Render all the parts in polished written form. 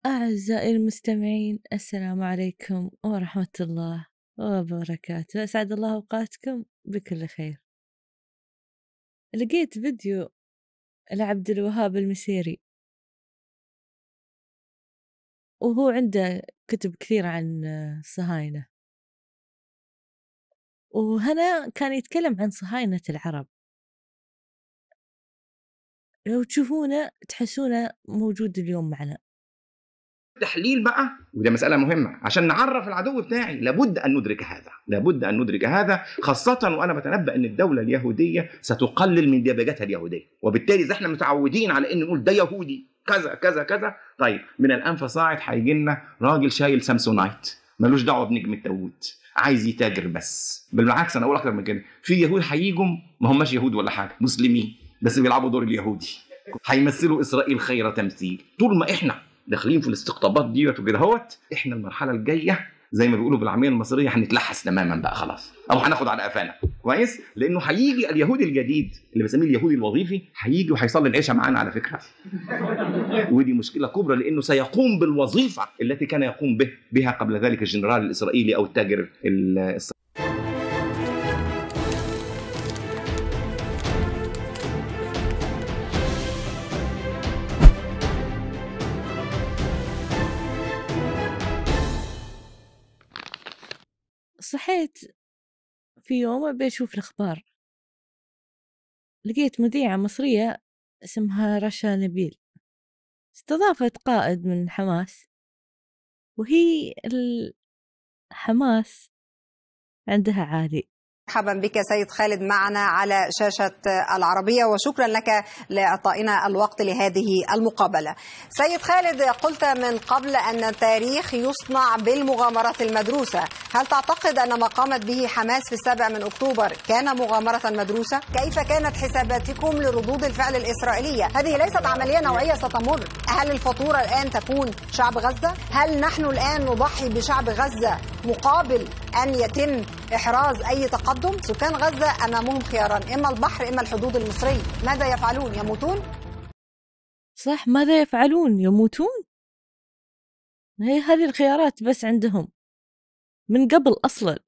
أعزائي المستمعين، السلام عليكم ورحمة الله وبركاته. أسعد الله أوقاتكم بكل خير. لقيت فيديو لعبد الوهاب المسيري، وهو عنده كتب كثير عن الصهاينة، وهنا كان يتكلم عن صهاينة العرب. لو تشوفونه تحسونه موجود اليوم معنا. تحليل بقى، وده مسألة مهمة عشان نعرف العدو بتاعي. لابد أن ندرك هذا، لابد أن ندرك هذا، خاصة وأنا بتنبأ أن الدولة اليهودية ستقلل من دبجتها اليهودية، وبالتالي إذا احنا متعودين على أن نقول ده يهودي كذا كذا كذا، طيب من الآن فصاعد هيجي لنا راجل شايل سامسونايت ملوش دعوة بنجم التوت، عايز يتاجر بس. بالعكس أنا أقول أكتر من كده، في يهود هيجوا ما هماش يهود ولا حاجة، مسلمين بس بيلعبوا دور اليهودي، هيمثلوا إسرائيل خير تمثيل. طول ما احنا داخلين في الاستقطابات ديت وكده هوت، احنا المرحله الجايه زي ما بيقولوا بالعاميه المصريه هنتلحس تماما بقى خلاص، او هناخد على قفانا كويس، لانه هيجي اليهودي الجديد اللي بسميه اليهودي الوظيفي، هيجي وهيصلي العشاء معانا على فكره. ودي مشكله كبرى، لانه سيقوم بالوظيفه التي كان يقوم بها قبل ذلك الجنرال الاسرائيلي او التاجر صحيت في يوم بشوف الأخبار، لقيت مذيعة مصرية اسمها رشا نبيل استضافت قائد من حماس، وهي الحماس عندها عالي. مرحبا بك سيد خالد معنا على شاشة العربية، وشكرا لك لإعطائنا الوقت لهذه المقابلة. سيد خالد، قلت من قبل أن التاريخ يصنع بالمغامرات المدروسة، هل تعتقد أن ما قامت به حماس في 7 أكتوبر كان مغامرة مدروسة؟ كيف كانت حساباتكم لردود الفعل الإسرائيلية؟ هذه ليست عملية نوعية ستمر. هل الفاتورة الآن تكون شعب غزة؟ هل نحن الآن نضحي بشعب غزة مقابل أن يتم إحراز أي تقدم؟ سكان غزة أمامهم خياران، إما البحر إما الحدود المصرية. ماذا يفعلون؟ يموتون؟ صح، ماذا يفعلون؟ يموتون. هي هذه الخيارات بس عندهم من قبل أصلا،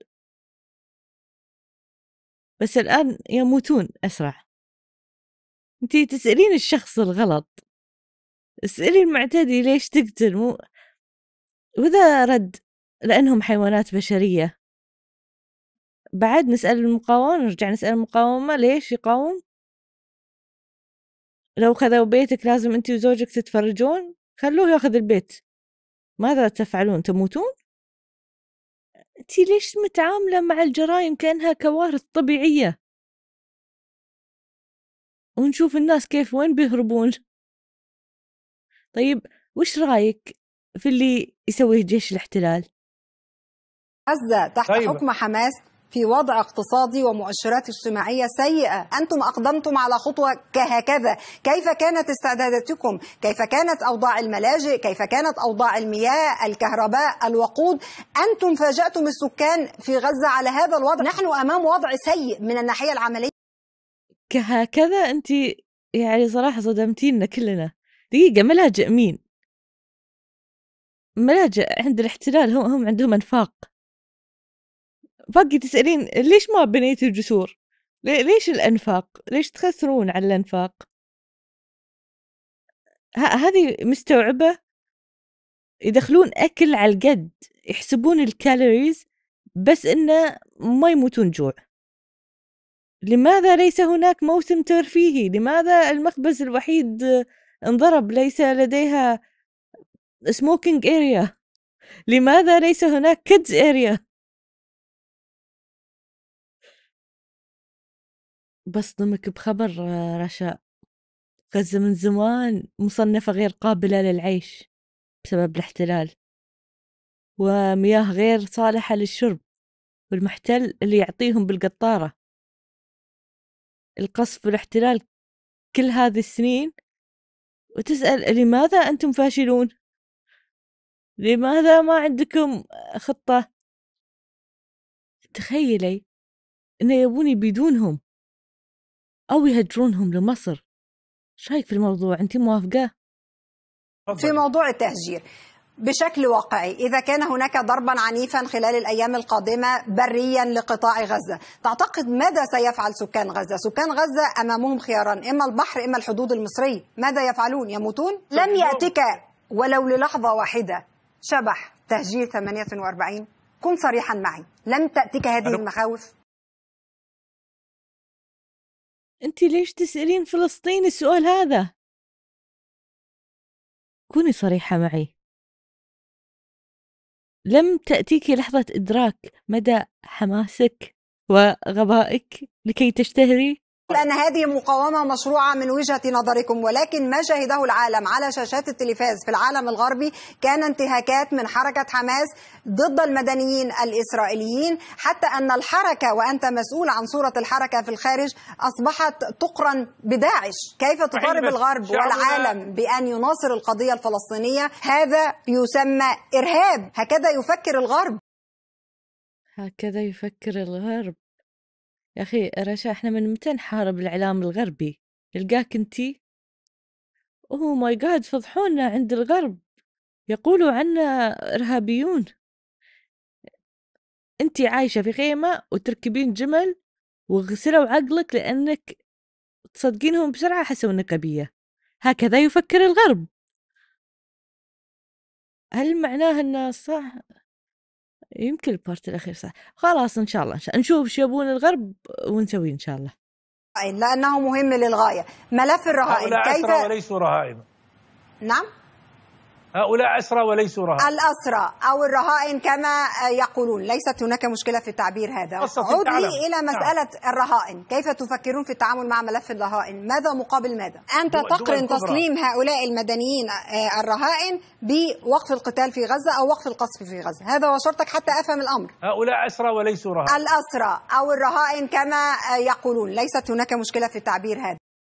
بس الآن يموتون أسرع. انتي تسألين الشخص الغلط، اسألي المعتدي ليش تقتل، وإذا رد لأنهم حيوانات بشرية، بعد نسأل المقاومة، نرجع نسأل المقاومة ليش يقاوم. لو خذوا بيتك لازم انتي وزوجك تتفرجون، خلوه ياخذ البيت. ماذا تفعلون؟ تموتون؟ انتي ليش متعاملة مع الجرائم كأنها كوارث طبيعية؟ ونشوف الناس كيف وين بيهربون. طيب وش رأيك في اللي يسويه جيش الاحتلال؟ غزة تحت حكم حماس في وضع اقتصادي ومؤشرات اجتماعية سيئة، أنتم أقدمتم على خطوة كهكذا. كيف كانت استعداداتكم؟ كيف كانت أوضاع الملاجئ؟ كيف كانت أوضاع المياه، الكهرباء، الوقود؟ أنتم فاجأتم السكان في غزة على هذا الوضع. نحن أمام وضع سيء من الناحية العملية. كهكذا أنت يعني صراحة صدمتينا كلنا. دقيقة، ملاجئ مين؟ ملاجئ عند الاحتلال هم عندهم أنفاق. باقي تسألين ليش ما بنيت الجسور؟ ليش الأنفاق؟ ليش تخسرون على الأنفاق؟ هذه مستوعبة؟ يدخلون أكل على القد، يحسبون الكالوريز بس إنه ما يموتون جوع. لماذا ليس هناك موسم ترفيهي؟ لماذا المخبز الوحيد انضرب ليس لديها سموكينج اريا؟ لماذا ليس هناك كيدز اريا؟ بصدمك بخبر رشا، غزة من زمان مصنفة غير قابلة للعيش بسبب الاحتلال، ومياه غير صالحة للشرب، والمحتل اللي يعطيهم بالقطارة. القصف والاحتلال كل هذه السنين، وتسأل لماذا أنتم فاشلون؟ لماذا ما عندكم خطة؟ تخيلي إنه يبون يبيدونهم أو يهجرونهم لمصر. ايش رايك في الموضوع؟ أنت موافقة؟ في موضوع التهجير بشكل واقعي، إذا كان هناك ضربا عنيفا خلال الأيام القادمة بريا لقطاع غزة، تعتقد ماذا سيفعل سكان غزة؟ سكان غزة أمامهم خياران، إما البحر إما الحدود المصرية، ماذا يفعلون؟ يموتون؟ لم يأتك ولو للحظة واحدة شبح تهجير 48؟ كن صريحا معي، لم تأتك هذه المخاوف؟ أنت ليش تسألين فلسطين السؤال هذا؟ كوني صريحة معي. لم تأتيك لحظة إدراك مدى حماسك وغبائك لكي تشتهري؟ لأن هذه مقاومة مشروعة من وجهة نظركم، ولكن ما شهده العالم على شاشات التلفاز في العالم الغربي كان انتهاكات من حركة حماس ضد المدنيين الإسرائيليين، حتى أن الحركة وأنت مسؤول عن صورة الحركة في الخارج أصبحت تقرن بداعش. كيف تطالب الغرب والعالم بأن يناصر القضية الفلسطينية؟ هذا يسمى إرهاب. هكذا يفكر الغرب. هكذا يفكر الغرب. يا أخي رشا، احنا من متى نحارب الإعلام الغربي؟ يلقاك انتي اوه ماي جاد فضحونا عند الغرب، يقولوا عنا إرهابيون. انتي عايشة في خيمة وتركبين جمل وغسلوا عقلك لأنك تصدقينهم بسرعة حسوا انك غبية. هكذا يفكر الغرب. هل معناه انه صح؟ يمكن البارت الأخير صح. خلاص إن شاء الله نشوف شو يبون الغرب ونسويه إن شاء الله، لأنه مهم للغاية. ملف الرهائن هؤلاء كيف؟ أسرى وليسوا رهائن. نعم، هؤلاء أسرى وليسوا رهائن. الأسرى أو الرهائن كما يقولون، ليست هناك مشكلة في التعبير هذا. عود لي إلى مسألة الرهائن، كيف تفكرون في التعامل مع ملف الرهائن؟ ماذا مقابل ماذا؟ أنت تقرن تسليم هؤلاء المدنيين الرهائن بوقف القتال في غزة أو وقف القصف في غزة، هذا هو شرطك حتى أفهم الأمر. هؤلاء أسرى وليسوا رهائن. الأسرى أو الرهائن كما يقولون، ليست هناك مشكلة في التعبير هذا.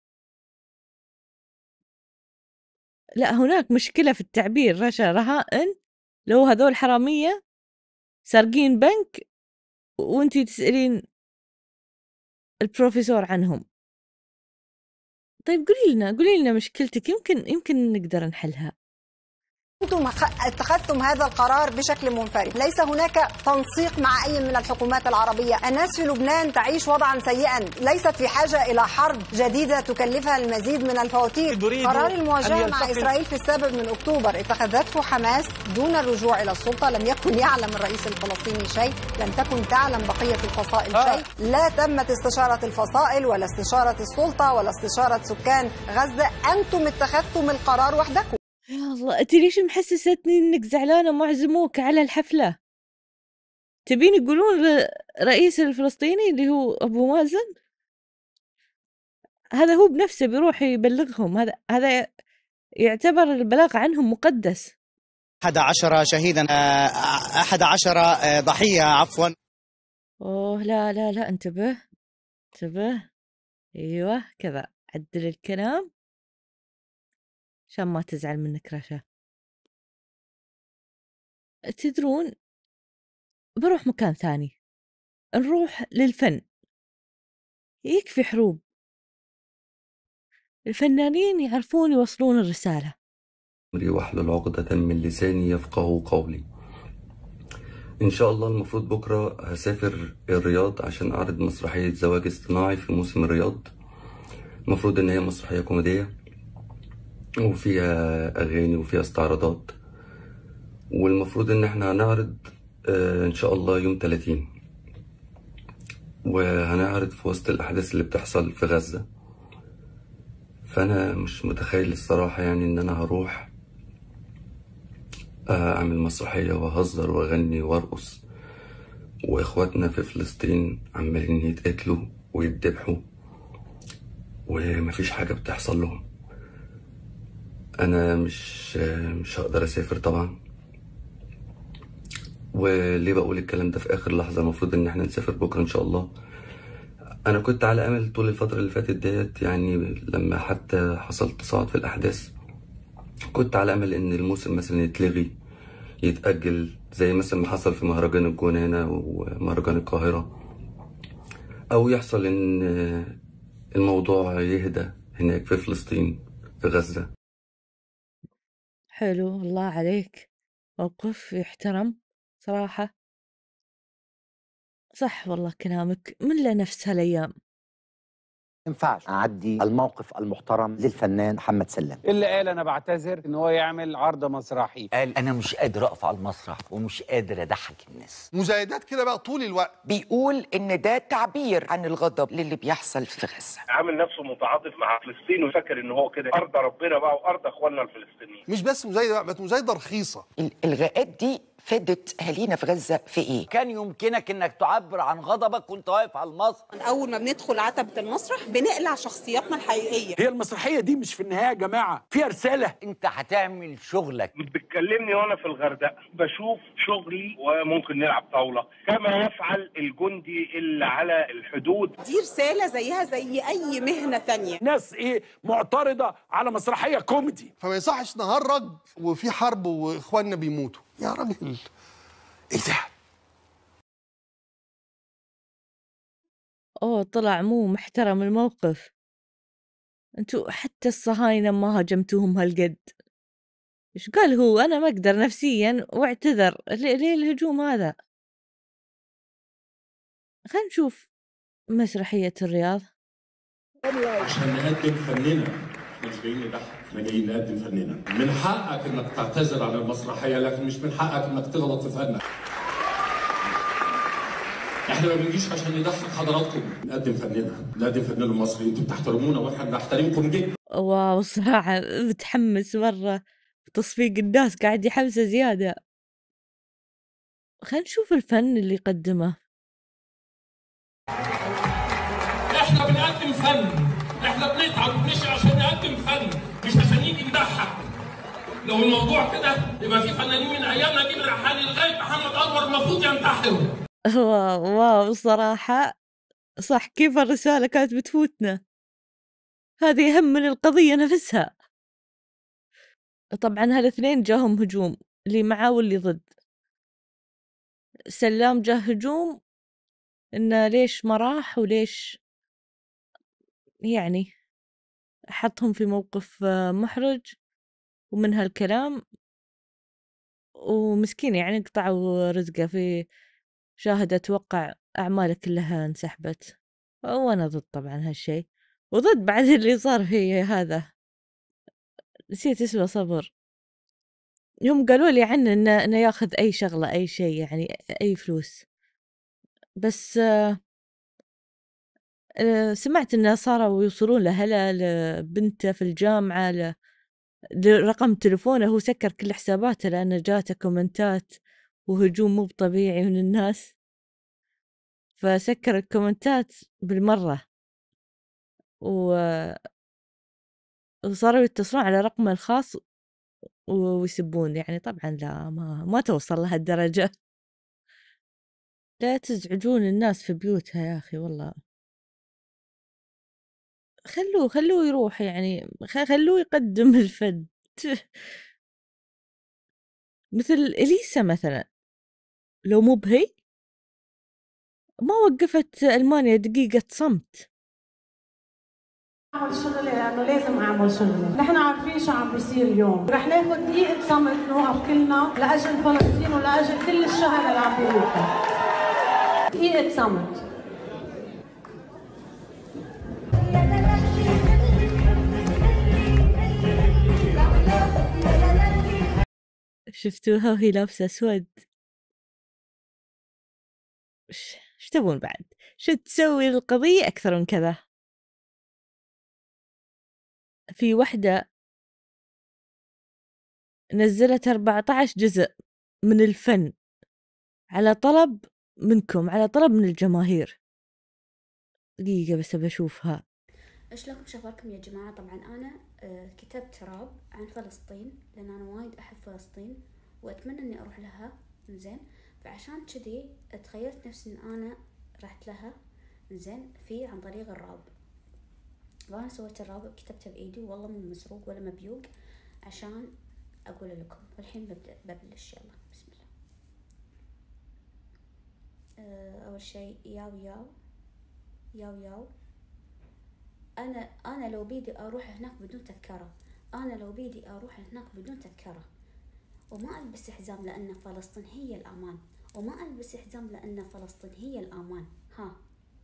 لا هناك مشكلة في التعبير رشا. رهائن لو هذول حرامية سارقين بنك وانتي تسألين البروفيسور عنهم. طيب قولي لنا مشكلتك، يمكن نقدر نحلها. أنتم اتخذتم هذا القرار بشكل منفرد، ليس هناك تنسيق مع أي من الحكومات العربية. الناس في لبنان تعيش وضعا سيئا، ليست في حاجة إلى حرب جديدة تكلفها المزيد من الفواتير. قرار المواجهة مع إسرائيل في 7 أكتوبر اتخذته حماس دون الرجوع إلى السلطة. لم يكن يعلم الرئيس الفلسطيني شيء، لم تكن تعلم بقية الفصائل شيء، لا تمت استشارة الفصائل ولا استشارة السلطة ولا استشارة سكان غزة. أنتم اتخذتم القرار وحدكم. يا الله، انتي ليش محسستني انك زعلانة ما عزموك على الحفلة؟ تبين يقولون رئيس الفلسطيني اللي هو أبو مازن هذا هو بنفسه بيروح يبلغهم. هذا يعتبر البلاغ عنهم مقدس. 11 شهيدا 11 ضحية عفوا. اوه لا انتبه. ايوه كذا، عدل الكلام عشان ما تزعل منك رشا. تدرون بروح مكان ثاني، نروح للفن. يكفي حروب، الفنانين يعرفون يوصلون الرسالة. واحلل عقدة من لساني يفقه قولي. إن شاء الله المفروض بكرة هسافر الرياض عشان أعرض مسرحية زواج اصطناعي في موسم الرياض. المفروض إن هي مسرحية كوميدية وفيها أغاني وفيها استعراضات، والمفروض إن احنا هنعرض إن شاء الله يوم 30، وهنعرض في وسط الأحداث اللي بتحصل في غزة. فأنا مش متخيل الصراحة يعني إن أنا هروح أعمل مسرحية وأهزر وأغني وأرقص، وإخواتنا في فلسطين عمالين يتقتلوا ويتذبحوا ومفيش حاجة بتحصل لهم. أنا مش هقدر أسافر طبعا. وليه بقول الكلام ده في آخر لحظة؟ المفروض إن احنا نسافر بكرة إن شاء الله. أنا كنت على أمل طول الفترة اللي فاتت ديت، يعني لما حتى حصل تصاعد في الأحداث كنت على أمل إن الموسم مثلا يتلغي يتأجل، زي مثلا ما حصل في مهرجان الجونة هنا ومهرجان القاهرة، أو يحصل إن الموضوع يهدى هناك في فلسطين في غزة. حلو، الله عليك، موقف يحترم صراحة. صح والله كلامك، من لا نفس هالأيام. ينفعش أعدي الموقف المحترم للفنان محمد سلام اللي قال انا بعتذر ان هو يعمل عرض مسرحي. قال انا مش قادر اقف على المسرح ومش قادر اضحك الناس. مزايدات كده بقى طول الوقت. بيقول ان ده تعبير عن الغضب للي بيحصل في غزه. عامل نفسه متعاطف مع فلسطين وفاكر ان هو كده ارض ربنا بقى وارض اخواننا الفلسطينيين. مش بس مزايده بقى، بقت مزايده رخيصه. الالغاءات دي فادت اهالينا في غزه في ايه؟ كان يمكنك انك تعبر عن غضبك وانت واقف على المسرح. اول ما بندخل عتبه المسرح بنقلع شخصياتنا الحقيقيه. هي المسرحيه دي مش في النهايه يا جماعه فيها رساله. انت هتعمل شغلك. بتكلمني وانا في الغردقه بشوف شغلي وممكن نلعب طاوله كما يفعل الجندي اللي على الحدود. دي رساله زيها زي اي مهنه تانية. ناس معترضه على مسرحيه كوميدي، فما يصحش نهرج وفي حرب واخواننا بيموتوا يا راجل. ايه ده؟ طلع مو محترم الموقف. انتو حتى الصهاينة ما هاجمتوهم هالقد. ايش قال هو؟ انا ما اقدر نفسيا واعتذر. ليه الهجوم هذا؟ خلينا نشوف مسرحية الرياض. عشان نقدم فننا، احنا مش جايين نضحك، احنا جايين نقدم فننا. من حقك انك تعتذر عن المسرحيه، لكن مش من حقك انك تغلط في فنك. احنا ما بنجيش عشان نضحك حضراتكم، نقدم فننا المصري. انتوا بتحترمونا واحنا بنحترمكم جدا. واو الصراحة متحمس مرة، تصفيق الناس قاعد يحمسه زيادة. خلينا نشوف الفن اللي يقدمه. احنا بنقدم فن، احنا بنتعب وبنشقى عشان نقدم فن، مش عشان نيجي نضحك. لو الموضوع كده يبقى في فنانين من ايامنا نجيب الرحالي لغايه محمد انور المفروض ينتحروا. واو الصراحة صح، كيف الرسالة كانت بتفوتنا. هذه أهم من القضية نفسها. طبعا هالاثنين جاهم هجوم، اللي معاه واللي ضد. سلام جاه هجوم إنه ليش ما راح وليش، يعني حطهم في موقف محرج ومن هالكلام. ومسكين يعني قطعوا رزقه في شاهد. أتوقع أعماله كلها انسحبت، وأنا ضد طبعا هالشي، وضد بعد اللي صار في هذا. نسيت اسمه، صبر. يوم قالوا لي عنه إنه ياخذ أي شغلة أي شيء، يعني أي فلوس. بس سمعت إنه صاروا يوصلون لهلا لبنته في الجامعة لرقم تلفونه. هو سكر كل حساباته لأنه جاته كومنتات وهجوم مو طبيعي من الناس، فسكر الكومنتات بالمرة. وصاروا يتصلون على رقمه الخاص ويسبون. يعني طبعا لا، ما توصل لهالدرجة. لا تزعجون الناس في بيوتها يا أخي والله. خلوه يروح، يعني خلوه يقدم الفن. مثل إليسا مثلا، لو مو بهي ما وقفت ألمانيا دقيقة صمت. أعمل شغلة لأنه لازم أعمل شغلة. نحن عارفين شو عم بيصير اليوم، رح ناخد دقيقة صمت نوقف كلنا لأجل فلسطين ولأجل كل الشهداء اللي عم بيروحوا. دقيقة صمت. شفتوها وهي لابسة أسود؟ ايش تبون بعد؟ شو تسوي القضية أكثر من كذا؟ في وحدة نزلت 14 جزء من الفن على طلب منكم، على طلب من الجماهير. دقيقة بس بشوفها. ايش لكم شغلكم يا جماعة؟ طبعا أنا كتبت راب عن فلسطين لأن أنا وايد أحب فلسطين وأتمنى إني أروح لها، زين. فعشان كذي تخيلت نفسي إن أنا رحت لها، زين، عن طريق الراب. وأنا سويت الراب، كتبته بإيدي، والله مو مسروق ولا مبيوق، عشان أقول لكم. والحين ببلش. يلا بسم الله. أول شيء ياو ياو ياو ياو. أنا لو بيدي أروح هناك بدون تذكرة، أنا لو بيدي أروح هناك بدون تذكرة، وما ألبس حزام لأن فلسطين هي الأمان، وما ألبس حزام لأن فلسطين هي الأمان. ها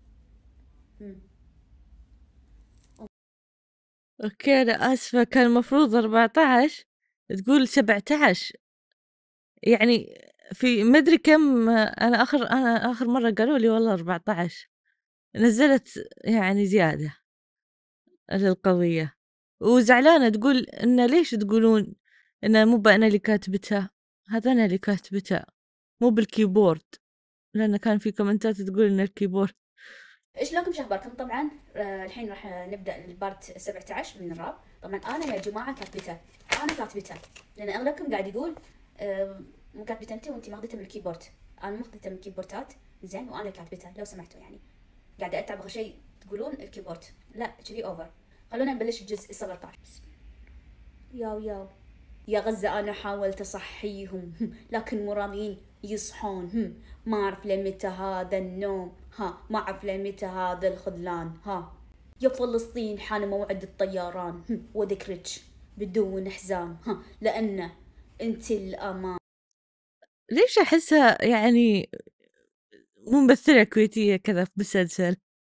اوكي انا اسفة، كان المفروض 14 تقول 17 يعني. في مدري كم، انا اخر مرة قالوا لي والله 14 نزلت يعني زيادة للقضية. وزعلانة تقول إن ليش تقولون إن مو أنا اللي كاتبتها، هذا أنا اللي كاتبتها مو بالكيبورد، لأن كان في كومنتات تقول إن الكيبورد. إيش لكم شو أخباركم؟ طبعا الحين راح نبدأ البارت 17 من الراب. طبعا أنا يا جماعة كاتبتها، أنا كاتبتها، لأن أغلبكم قاعد يقول مو كاتبتها أنت وأنت ماخذتها من الكيبورد. أنا ماخذتها من الكيبوردات زين، وأنا كاتبتها لو سمحتوا يعني. قاعدة أتعب شيء تقولون الكيبورد، لا كذي أوفر. خلونا نبلش الجزء 17. ياو يا غزة أنا حاولت أصحيهم لكن مو راضيين يصحون. ما أعرف لمتى هذا النوم، ما أعرف لمتى هذا الخذلان. يا فلسطين حان موعد الطيران وذكرك بدون حزام، لأن أنت الأمان. ليش أحسها يعني ممثلة كويتية كذا في مسلسل،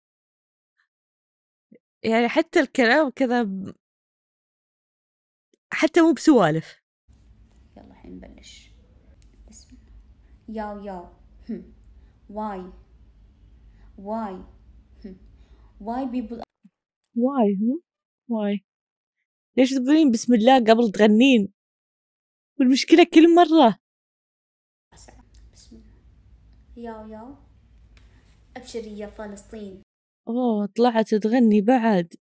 يعني حتى الكلام كذا حتى مو بسوالف. يلا الحين نبلش. بسم الله. ياو واي people واي ليش تقولين بسم الله قبل تغنين؟ والمشكلة كل مرة. بسم الله. ياو أبشري يا فلسطين. أوه طلعت تغني بعد.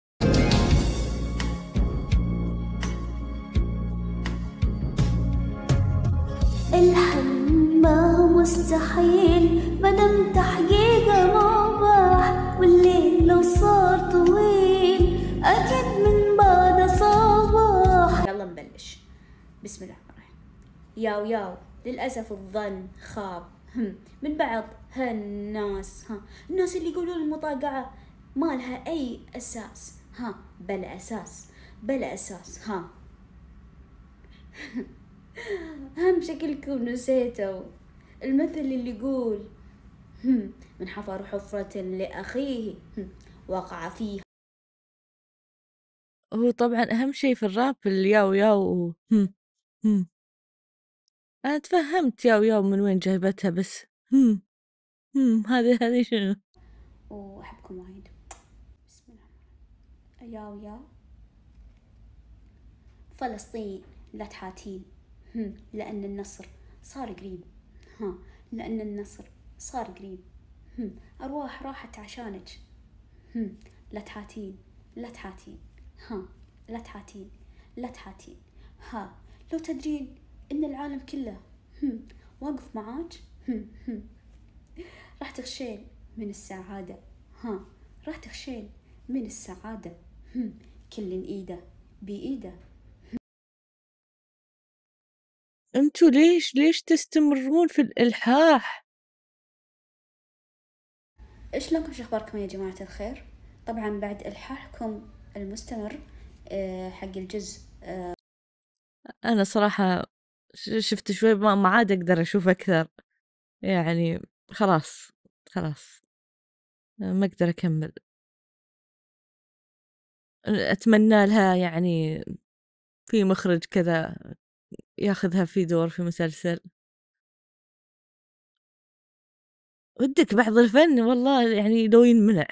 الحلم ما هو مستحيل مادام تحقيقه مباح، والليل لو صار طويل أكيد من بعد صباح. يلا نبلش. بسم الله الرحمن الرحيم. ياو للأسف الظن خاب من بعض هالناس، الناس اللي يقولون المطاقعة ما لها أي أساس، بلا أساس. هم شكلكم نسيتوا المثل اللي يقول من حفر حفرة لأخيه وقع فيها. هو طبعا أهم شيء في الراب الياو أنا تفهمت ياو من وين جايبتها، بس هذه شنو؟ وأحبكم وايد. بسم الله. ياو فلسطين لا تحاتين، لأن النصر صار قريب. لأن النصر صار قريب. أرواح راحت عشانك. لا تحاتين لا تحاتين لا تحاتين. لو تدرين إن العالم كله واقف معاك راح تخشين من السعادة. راح تخشين من السعادة. كل إيده بإيده. انتوا ليش تستمرون في الإلحاح؟ إيش لكم شو أخباركم يا جماعة الخير؟ طبعا بعد إلحاحكم المستمر حق الجزء أنا صراحة شفت شوي ما عاد أقدر أشوف أكثر، يعني خلاص ما أقدر أكمل. أتمنى لها يعني في مخرج كذا ياخذها في دور في مسلسل. ودك بعض الفن والله يعني لو ينمنع.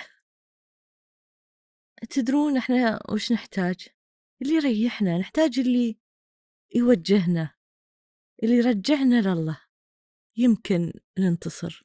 تدرون احنا وش نحتاج؟ اللي يريحنا، نحتاج اللي يوجهنا، اللي يرجعنا لله، يمكن ننتصر.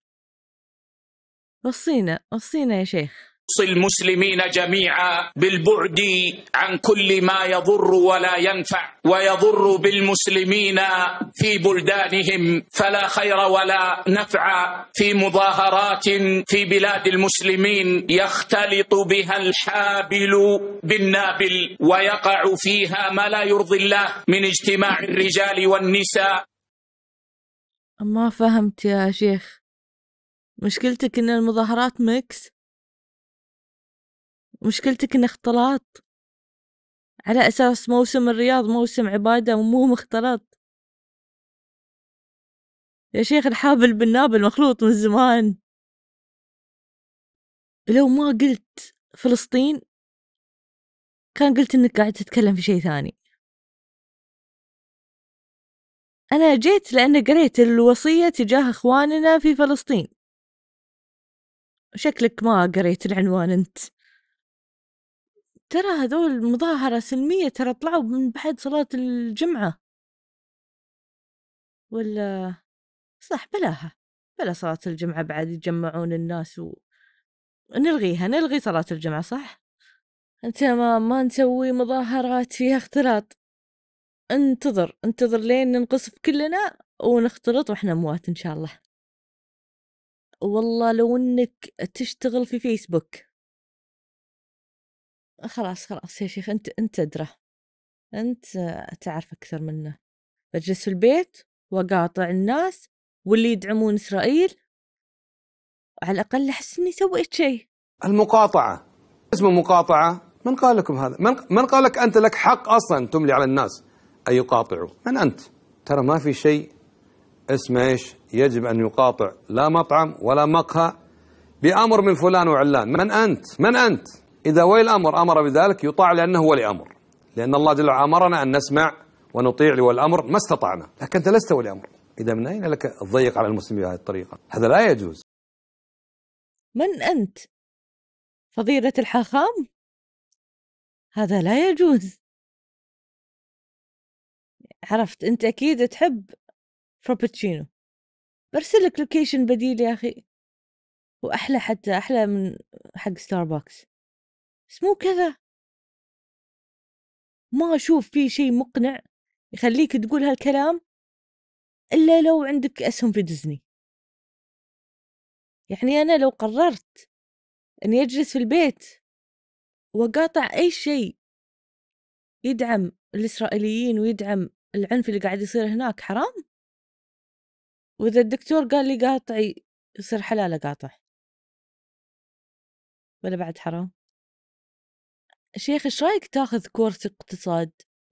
وصينا يا شيخ. المسلمين جميعا بالبعد عن كل ما يضر ولا ينفع ويضر بالمسلمين في بلدانهم، فلا خير ولا نفع في مظاهرات في بلاد المسلمين يختلط بها الحابل بالنابل ويقع فيها ما لا يرضي الله من اجتماع الرجال والنساء. ما فهمت يا شيخ، مشكلتك ان المظاهرات ميكس؟ مشكلتك ان اختلاط؟ على أساس موسم الرياض موسم عبادة ومو مختلط. يا شيخ الحابل بالنابل مخلوط من زمان. لو ما قلت فلسطين كان قلت إنك قاعد تتكلم في شيء ثاني. أنا جيت لأن قريت الوصية تجاه إخواننا في فلسطين. شكلك ما قريت العنوان أنت. ترى هذول مظاهرة سلمية، ترى طلعوا من بعد صلاة الجمعة، ولا صح بلاها، بلا صلاة الجمعة بعد يجمعون الناس نلغيها، نلغي صلاة الجمعة. صح أنت ما نسوي مظاهرات فيها اختلاط. انتظر لين ننقصف كلنا ونختلط واحنا اموات ان شاء الله. والله لو انك تشتغل في فيسبوك. خلاص يا شيخ، انت ادرى، انت تعرف اكثر منه. بجلس في البيت وقاطع الناس واللي يدعمون اسرائيل، على الاقل احس اني سويت شيء. المقاطعة اسمه مقاطعة. من قال لكم هذا؟ من قال لك أنت لك حق أصلا تملي على الناس أن يقاطعوا؟ من أنت؟ ترى ما في شيء اسمه إيش يجب أن يقاطع، لا مطعم ولا مقهى بأمر من فلان وعلان. من أنت؟ من أنت؟ إذا ولي الأمر أمر بذلك يطاع لأنه ولي أمر، لأن الله جل وعلا أمرنا أن نسمع ونطيع لولي الأمر ما استطعنا، لكن أنت لست ولي أمر. إذا من أين لك الضيق على المسلمين بهذه الطريقة؟ هذا لا يجوز. من أنت؟ فضيلة الحاخام؟ هذا لا يجوز. عرفت أنت أكيد تحب فرابتشينو، برسلك لوكيشن بديل يا أخي، وأحلى، حتى أحلى من حق ستاربكس. بس مو كذا، ما أشوف فيه شيء مقنع يخليك تقول هالكلام إلا لو عندك أسهم في ديزني. يعني أنا لو قررت أني أجلس في البيت وقاطع أي شيء يدعم الإسرائيليين ويدعم العنف اللي قاعد يصير هناك، حرام. وإذا الدكتور قال لي قاطعي يصير حلال أقاطع، ولا بعد حرام؟ شيخ إيش رأيك تاخذ كورس اقتصاد؟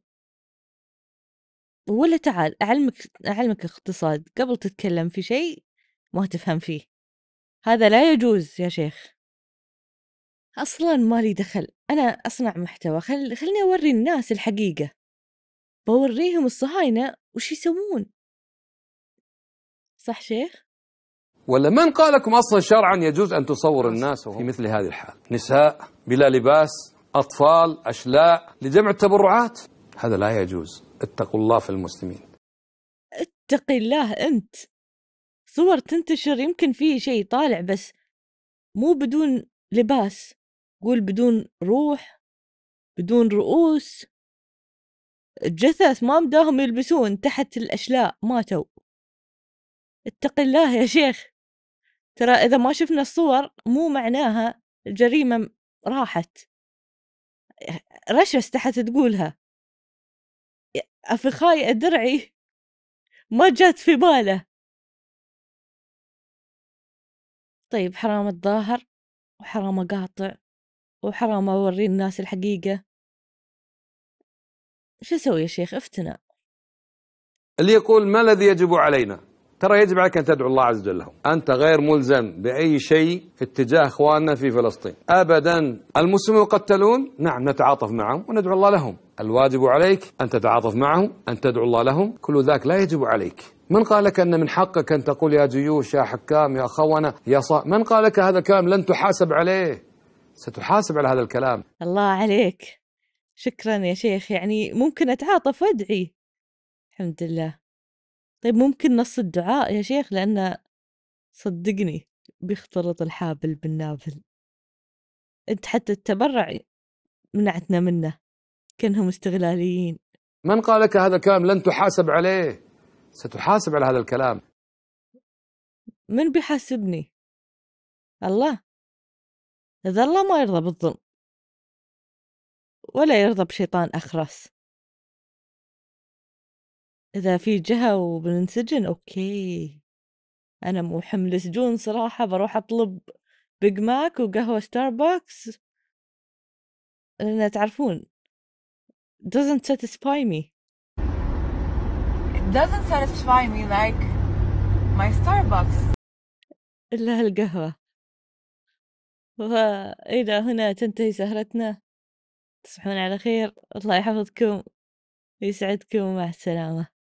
ولا تعال أعلمك اقتصاد قبل تتكلم في شيء ما تفهم فيه. هذا لا يجوز يا شيخ. أصلا مالي دخل، أنا أصنع محتوى، خلني أوري الناس الحقيقة، بوريهم الصهاينة وش يسوون. صح شيخ؟ ولا من قال لكم أصلا شرعا يجوز أن تصور الناس في مثل هذه الحال؟ نساء بلا لباس، أطفال، أشلاء لجمع التبرعات، هذا لا يجوز. اتقوا الله في المسلمين. اتق الله أنت. صور تنتشر يمكن فيه شيء طالع، بس مو بدون لباس، قول بدون روح، بدون رؤوس، الجثث ما مداهم يلبسون تحت الأشلاء ماتوا. اتق الله يا شيخ. ترى إذا ما شفنا الصور مو معناها الجريمة راحت. رشس تحت تقولها، أفخاي أدرعي ما جات في باله. طيب حرام الظاهر وحرام أقاطع وحرام أوري الناس الحقيقة، شو أسوي يا شيخ؟ افتنا. اللي يقول ما الذي يجب علينا، ترى يجب عليك أن تدعو الله عز وجل لهم. أنت غير ملزم بأي شيء اتجاه إخواننا في فلسطين أبدا. المسلمون يقتلون، نعم نتعاطف معهم وندعو الله لهم. الواجب عليك أن تتعاطف معهم، أن تدعو الله لهم، كل ذاك لا يجب عليك. من قال لك أن من حقك أن تقول يا جيوش، يا حكام، يا خونة، يا من قال لك هذا الكلام؟ لن تحاسب عليه، ستحاسب على هذا الكلام. الله عليك، شكرا يا شيخ. يعني ممكن أتعاطف وأدعي، الحمد لله. طيب ممكن نص الدعاء يا شيخ، لأن صدقني بيختلط الحابل بالنابل. أنت حتى التبرع منعتنا منه، كأنهم استغلاليين. من قال لك هذا الكلام؟ لن تحاسب عليه، ستحاسب على هذا الكلام. من بيحاسبني؟ الله. إذا الله ما يرضى بالظلم ولا يرضى بشيطان أخرس. إذا في جهة وبننسجن أوكي، أنا مو حمل سجون صراحة، بروح أطلب بيج ماك وقهوة ستاربكس، لأن تعرفون doesn't satisfy me. It doesn't satisfy me like my Starbucks. إلا هالقهوة. وإلى هنا تنتهي سهرتنا. تصبحون على خير، الله يحفظكم ويسعدكم، مع السلامة.